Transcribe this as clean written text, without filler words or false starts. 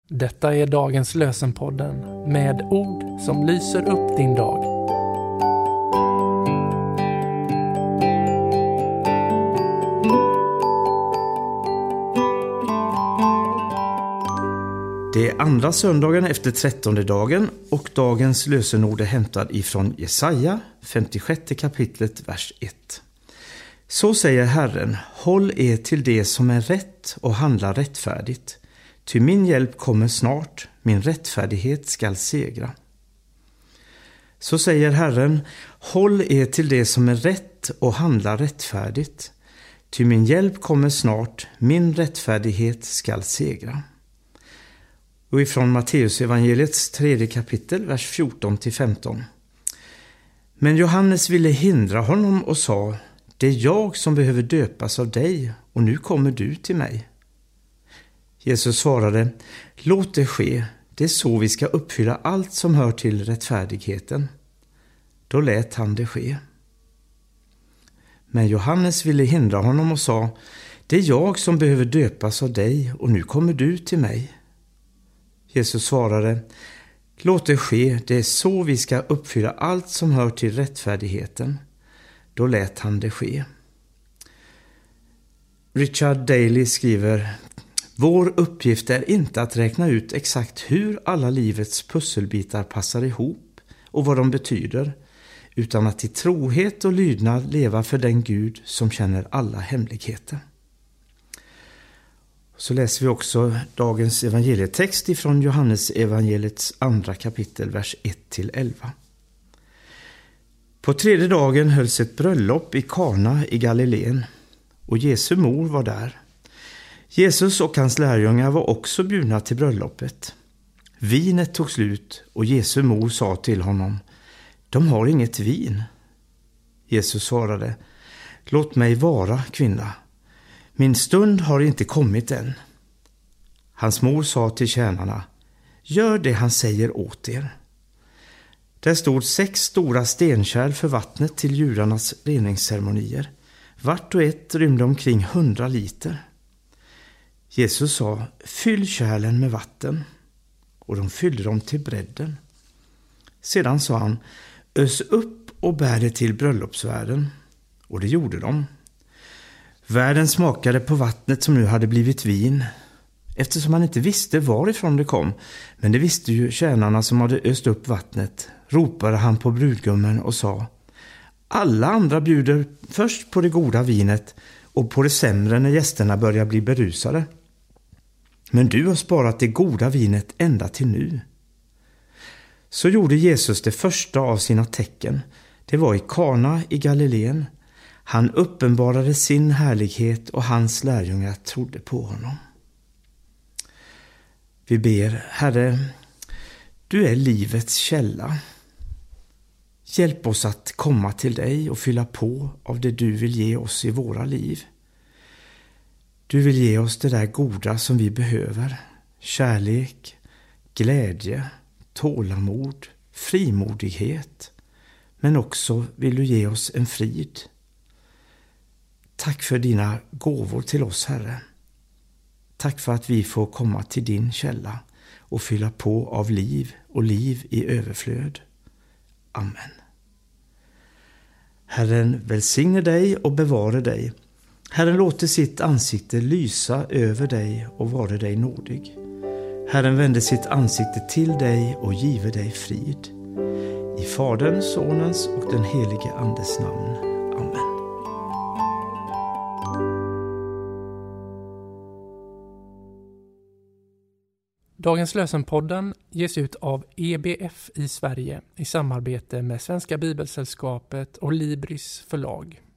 Detta är dagens lösenpodden med ord som lyser upp din dag. Det är andra söndagen efter 13:e dagen och dagens lösenord är hämtad ifrån Jesaja, 56 kapitlet, vers 1. Så säger Herren, håll er till det som är rätt och handla rättfärdigt. Ty min hjälp kommer snart, min rättfärdighet skall segra. Så säger Herren, håll er till det som är rätt och handla rättfärdigt. Ty min hjälp kommer snart, min rättfärdighet skall segra. Och ifrån Matteus evangeliets 3:e kapitel, vers 14-15. Men Johannes ville hindra honom och sa, det är jag som behöver döpas av dig och nu kommer du till mig. Jesus svarade, låt det ske, det är så vi ska uppfylla allt som hör till rättfärdigheten. Då lät han det ske. Men Johannes ville hindra honom och sa, det är jag som behöver döpas av dig och nu kommer du till mig. Jesus svarade, låt det ske, det är så vi ska uppfylla allt som hör till rättfärdigheten. Då lät han det ske. Richard Daley skriver, vår uppgift är inte att räkna ut exakt hur alla livets pusselbitar passar ihop och vad de betyder, utan att i trohet och lydnad leva för den Gud som känner alla hemligheter. Så läser vi också dagens evangelietext ifrån Johannes evangeliets 2 kapitel, vers 1-11. På 3:e dagen hölls ett bröllop i Kana i Galileen och Jesu mor var där. Jesus och hans lärjungar var också bjudna till bröllopet. Vinet tog slut och Jesu mor sa till honom, de har inget vin. Jesus svarade, låt mig vara, kvinna. Min stund har inte kommit än. Hans mor sa till tjänarna, gör det han säger åt er. Där stod 6 stora stenkärl för vattnet till judarnas reningsceremonier. Vart och ett rymde omkring 100 liter. Jesus sa, fyll kärlen med vatten. Och de fyllde dem till bredden. Sedan sa han, ös upp och bär det till bröllopsvärden. Och det gjorde de. Värden smakade på vattnet som nu hade blivit vin. Eftersom han inte visste varifrån det kom, men det visste ju tjänarna som hade öst upp vattnet, ropade han på brudgummen och sa, alla andra bjuder först på det goda vinet och på det sämre när gästerna börjar bli berusade. Men du har sparat det goda vinet ända till nu. Så gjorde Jesus det första av sina tecken. Det var i Kana i Galileen. Han uppenbarade sin härlighet och hans lärjungar trodde på honom. Vi ber, Herre, du är livets källa. Hjälp oss att komma till dig och fylla på av det du vill ge oss i våra liv. Du vill ge oss det där goda som vi behöver. Kärlek, glädje, tålamod, frimodighet. Men också vill du ge oss en frid. Tack för dina gåvor till oss, Herre. Tack för att vi får komma till din källa och fylla på av liv och liv i överflöd. Amen. Herren välsigne dig och bevare dig. Herren låter sitt ansikte lysa över dig och vare dig nådig. Herren vände sitt ansikte till dig och give dig frid. I Faderns, Sonens och den helige Andes namn. Amen. Dagens lösenpodden ges ut av EBF i Sverige i samarbete med Svenska Bibelsällskapet och Libris förlag.